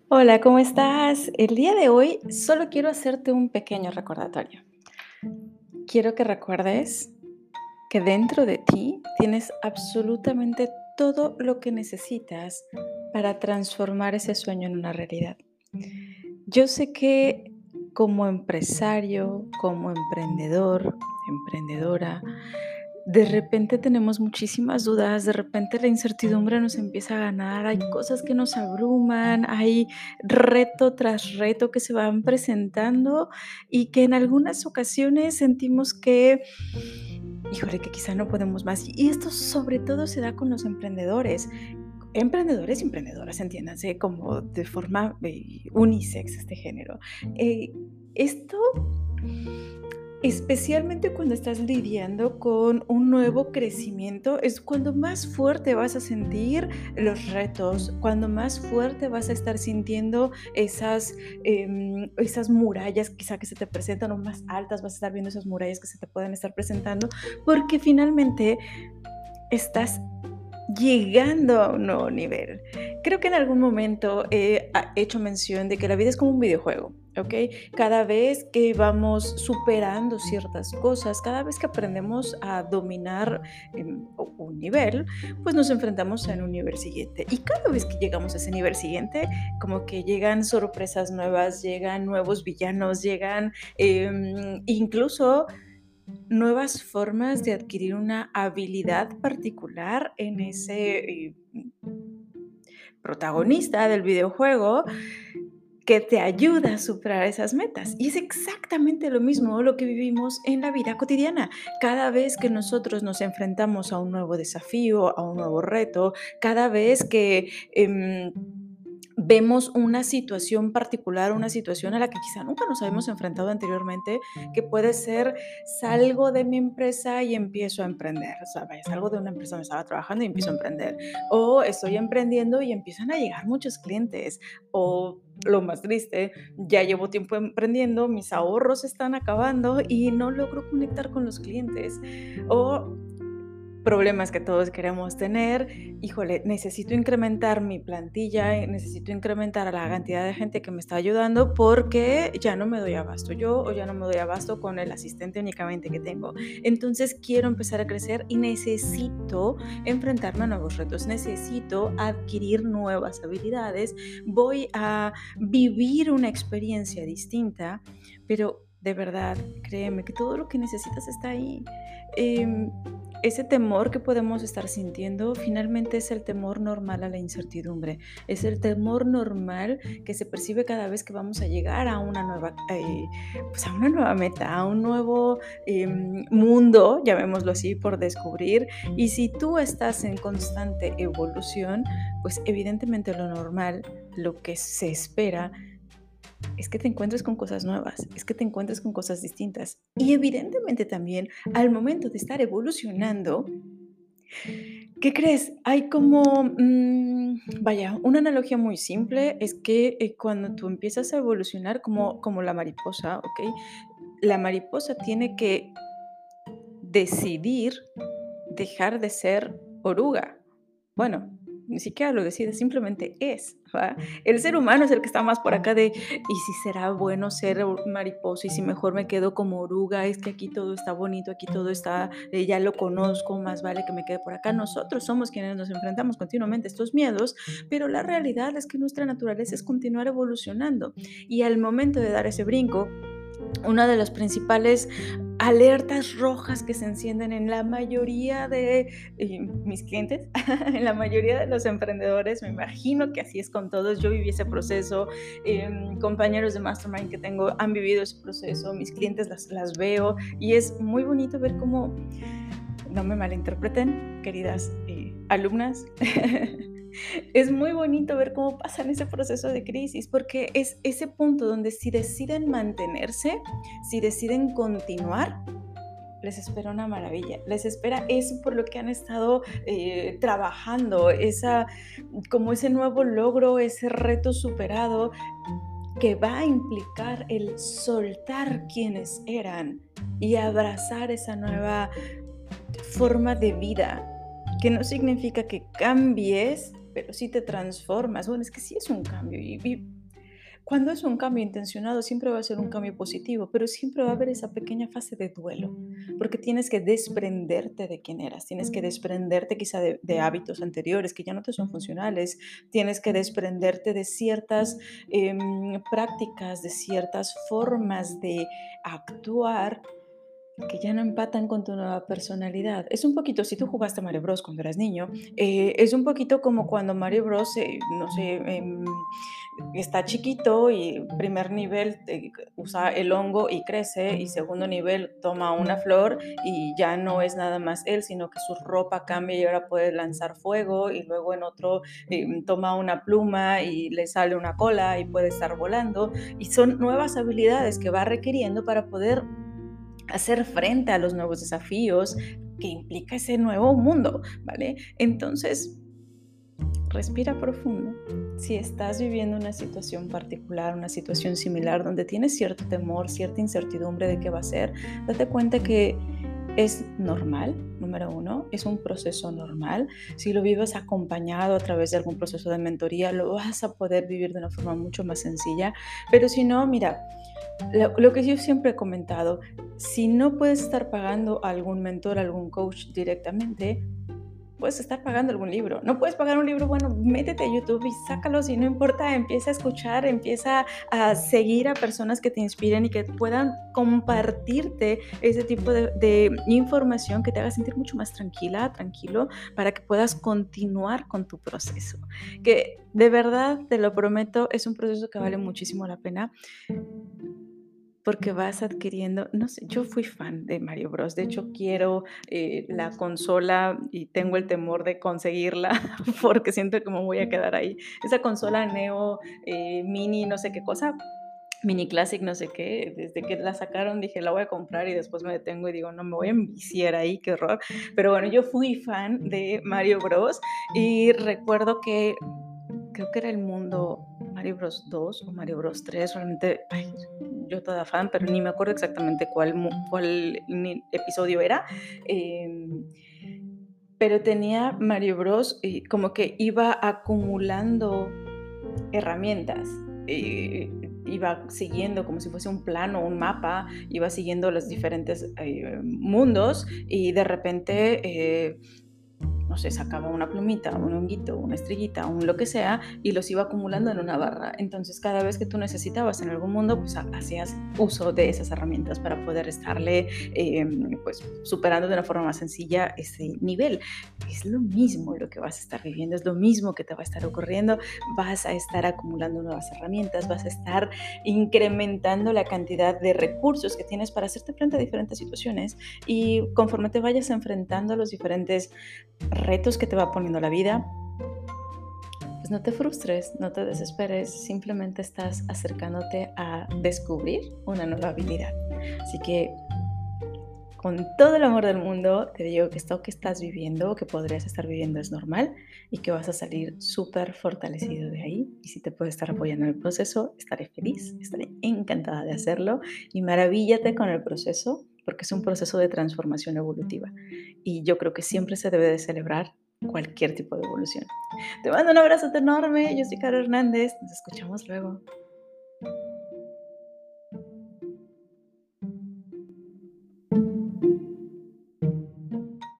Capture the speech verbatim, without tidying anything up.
Hola, ¿cómo estás? El día de hoy solo quiero hacerte un pequeño recordatorio. Quiero que recuerdes que dentro de ti tienes absolutamente todo lo que necesitas para transformar ese sueño en una realidad. Yo sé que como empresario, como emprendedor, emprendedora, de repente tenemos muchísimas dudas, de repente la incertidumbre nos empieza a ganar, hay cosas que nos abruman, hay reto tras reto que se van presentando y que en algunas ocasiones sentimos que, híjole, que quizá no podemos más. Y esto sobre todo se da con los emprendedores. Emprendedores y emprendedoras, entiéndanse como de forma eh, unisex este género. Eh, esto Especialmente cuando estás lidiando con un nuevo crecimiento, es cuando más fuerte vas a sentir los retos, cuando más fuerte vas a estar sintiendo esas, em, esas murallas quizá que se te presentan o más altas, vas a estar viendo esas murallas que se te pueden estar presentando, porque finalmente estás llegando a un nuevo nivel. Creo que en algún momento he ah, hecho mención de que la vida es como un videojuego, ¿ok? Cada vez que vamos superando ciertas cosas, cada vez que aprendemos a dominar em, u- un nivel, pues nos enfrentamos a un nivel siguiente. Y cada vez que llegamos a ese nivel siguiente, como que llegan sorpresas nuevas, llegan nuevos villanos, llegan em, incluso nuevas formas de adquirir una habilidad particular en ese eh, protagonista del videojuego que te ayuda a superar esas metas. Y es exactamente lo mismo lo que vivimos en la vida cotidiana. Cada vez que nosotros nos enfrentamos a un nuevo desafío, a un nuevo reto, cada vez que em, vemos una situación particular, una situación a la que quizá nunca nos habíamos enfrentado anteriormente, que puede ser, salgo de mi empresa y empiezo a emprender, o sea, vaya, salgo de una empresa donde estaba trabajando y empiezo a emprender, o estoy emprendiendo y empiezan a llegar muchos clientes, o lo más triste, ya llevo tiempo emprendiendo, mis ahorros se están acabando y no logro conectar con los clientes, o problemas que todos queremos tener, híjole, necesito incrementar mi plantilla, eh, necesito incrementar a la cantidad de gente que me está ayudando porque ya no me doy abasto yo o ya no me doy abasto con el asistente únicamente que tengo. Entonces quiero empezar a crecer y necesito enfrentarme a nuevos retos, necesito adquirir nuevas habilidades, voy a vivir una experiencia distinta, pero de verdad, créeme que todo lo que necesitas está ahí. Em, Ese temor que podemos estar sintiendo finalmente es el temor normal a la incertidumbre, es el temor normal que se percibe cada vez que vamos a llegar a una nueva, eh, pues a una nueva meta, a un nuevo em, mundo, llamémoslo así, por descubrir. Y si tú estás en constante evolución, pues evidentemente lo normal, lo que se espera, es que te encuentres con cosas nuevas, es que te encuentres con cosas distintas. Y evidentemente también al momento de estar evolucionando, ¿qué crees? Hay como, mm, vaya, una analogía muy simple es que eh, cuando tú empiezas a evolucionar como, como la mariposa, ¿ok? La mariposa tiene que decidir dejar de ser oruga. Bueno, ni siquiera lo decide, simplemente es, ¿va? El ser humano es el que está más por acá de, ¿y si será bueno ser o- mariposa? ¿Y si mejor me quedo como oruga? Es que aquí todo está bonito, aquí todo está, eh, ya lo conozco, más vale que me quede por acá. Nosotros somos quienes nos enfrentamos continuamente a estos miedos, pero la realidad es que nuestra naturaleza es continuar evolucionando. Y al momento de dar ese brinco, una de las principales alertas rojas que se encienden en la mayoría de eh, mis clientes, en la mayoría de los emprendedores, me imagino que así es con todos. Yo viví ese proceso, eh, compañeros de Mastermind que tengo han vivido ese proceso, mis clientes las, las veo y es muy bonito ver cómo, no me malinterpreten, queridas eh, alumnas, es muy bonito ver cómo pasan ese proceso de crisis, porque es ese punto donde si deciden mantenerse, si deciden continuar, les espera una maravilla, les espera eso por lo que han estado eh, trabajando, esa, como ese nuevo logro, ese reto superado que va a implicar el soltar quienes eran y abrazar esa nueva forma de vida, que no significa que cambies, pero sí te transformas. Bueno, es que sí es un cambio y, y Cuando es un cambio intencionado, siempre va a ser un cambio positivo, pero siempre va a haber esa pequeña fase de duelo, porque tienes que desprenderte de quién eras, tienes que desprenderte quizá de, de hábitos anteriores que ya no te son funcionales, tienes que desprenderte de ciertas em, prácticas, de ciertas formas de actuar que ya no empatan con tu nueva personalidad. Es un poquito, si tú jugaste Mario Bros cuando eras niño, eh, es un poquito como cuando Mario Bros, eh, no sé, em, está chiquito y primer nivel eh, usa el hongo y crece y segundo nivel toma una flor y ya no es nada más él, sino que su ropa cambia y ahora puede lanzar fuego y luego en otro eh, toma una pluma y le sale una cola y puede estar volando y son nuevas habilidades que va requiriendo para poder hacer frente a los nuevos desafíos que implica ese nuevo mundo, ¿vale? Entonces, respira profundo. Si estás viviendo una situación particular, una situación similar donde tienes cierto temor, cierta incertidumbre de qué va a ser, date cuenta que es normal, número uno, es un proceso normal. Si lo vives acompañado a través de algún proceso de mentoría, lo vas a poder vivir de una forma mucho más sencilla. Pero si no, mira, lo, lo que yo siempre he comentado, si no puedes estar pagando a algún mentor, a algún coach directamente, puedes estar pagando algún libro. No puedes pagar un libro, bueno, métete a YouTube y sácalo, si no importa, empieza a escuchar, empieza a seguir a personas que te inspiren y que puedan compartirte ese tipo de, de información que te haga sentir mucho más tranquila, tranquilo, para que puedas continuar con tu proceso. Que de verdad, te lo prometo, es un proceso que vale muchísimo la pena porque vas adquiriendo, no sé, yo fui fan de Mario Bros. De hecho, quiero eh, la consola y tengo el temor de conseguirla porque siento que me voy a quedar ahí. Esa consola Neo eh, Mini, no sé qué cosa, Mini Classic, no sé qué, desde que la sacaron dije, la voy a comprar y después me detengo y digo, no, me voy a enviciar ahí, qué horror. Pero bueno, yo fui fan de Mario Bros. Y recuerdo que creo que era el mundo Mario Bros. Dos o Mario Bros. Tres, realmente, ay, yo toda fan, pero ni me acuerdo exactamente cuál, cuál episodio era. Eh, pero tenía Mario Bros. Y como que iba acumulando herramientas. Eh, iba siguiendo como si fuese un plano, un mapa, iba siguiendo los diferentes eh, mundos y de repente eh, no sé, sacaba una plumita, un honguito, una estrellita, un lo que sea, y los iba acumulando en una barra. Entonces, cada vez que tú necesitabas en algún mundo, pues hacías uso de esas herramientas para poder estarle, eh, pues, superando de una forma más sencilla ese nivel. Es lo mismo lo que vas a estar viviendo, es lo mismo que te va a estar ocurriendo. Vas a estar acumulando nuevas herramientas, vas a estar incrementando la cantidad de recursos que tienes para hacerte frente a diferentes situaciones y conforme te vayas enfrentando a los diferentes retos que te va poniendo la vida, pues no te frustres, no te desesperes, simplemente estás acercándote a descubrir una nueva habilidad. Así que con todo el amor del mundo, te digo que esto que estás viviendo, que podrías estar viviendo es normal y que vas a salir súper fortalecido de ahí. Y si te puedo estar apoyando en el proceso, estaré feliz, estaré encantada de hacerlo y maravíllate con el proceso porque es un proceso de transformación evolutiva. Y yo creo que siempre se debe de celebrar cualquier tipo de evolución. Te mando un abrazo enorme, yo soy Caro Hernández, nos escuchamos luego.